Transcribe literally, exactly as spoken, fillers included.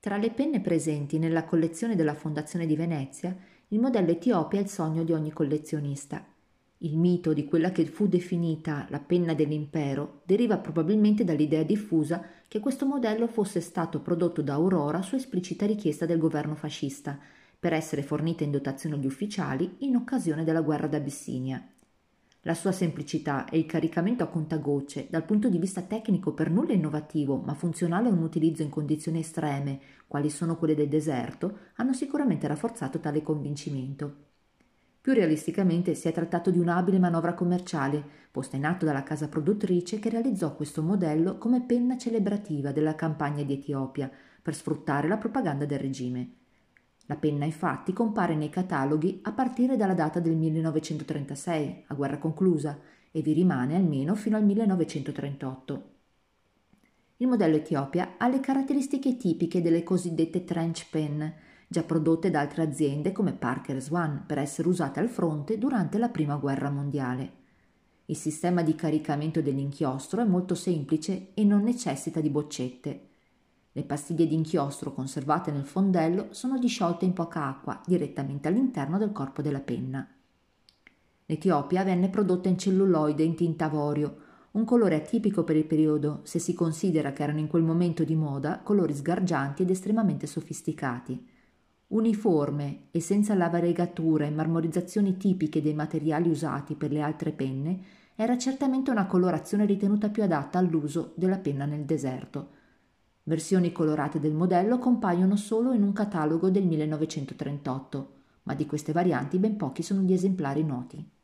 Tra le penne presenti nella collezione della Fondazione di Venezia, il modello Etiopia è il sogno di ogni collezionista. Il mito di quella che fu definita la penna dell'impero deriva probabilmente dall'idea diffusa che questo modello fosse stato prodotto da Aurora su esplicita richiesta del governo fascista, per essere fornita in dotazione agli ufficiali in occasione della guerra d'Abissinia. La sua semplicità e il caricamento a contagocce, dal punto di vista tecnico per nulla innovativo, ma funzionale a un utilizzo in condizioni estreme, quali sono quelle del deserto, hanno sicuramente rafforzato tale convincimento. Più realisticamente si è trattato di un'abile manovra commerciale, posta in atto dalla casa produttrice che realizzò questo modello come penna celebrativa della campagna di Etiopia, per sfruttare la propaganda del regime. La penna infatti compare nei cataloghi a partire dalla data del millenovecentotrentasei, a guerra conclusa, e vi rimane almeno fino al millenovecentotrentotto. Il modello Etiopia ha le caratteristiche tipiche delle cosiddette trench pen, già prodotte da altre aziende come Parker Swan per essere usate al fronte durante la Prima Guerra Mondiale. Il sistema di caricamento dell'inchiostro è molto semplice e non necessita di boccette. Le pastiglie di inchiostro conservate nel fondello sono disciolte in poca acqua direttamente all'interno del corpo della penna. L'Etiopia venne prodotta in celluloide in tinta avorio, un colore atipico per il periodo se si considera che erano in quel momento di moda colori sgargianti ed estremamente sofisticati. Uniforme e senza la variegatura e marmorizzazioni tipiche dei materiali usati per le altre penne, era certamente una colorazione ritenuta più adatta all'uso della penna nel deserto. Versioni colorate del modello compaiono solo in un catalogo del millenovecentotrentotto, ma di queste varianti ben pochi sono gli esemplari noti.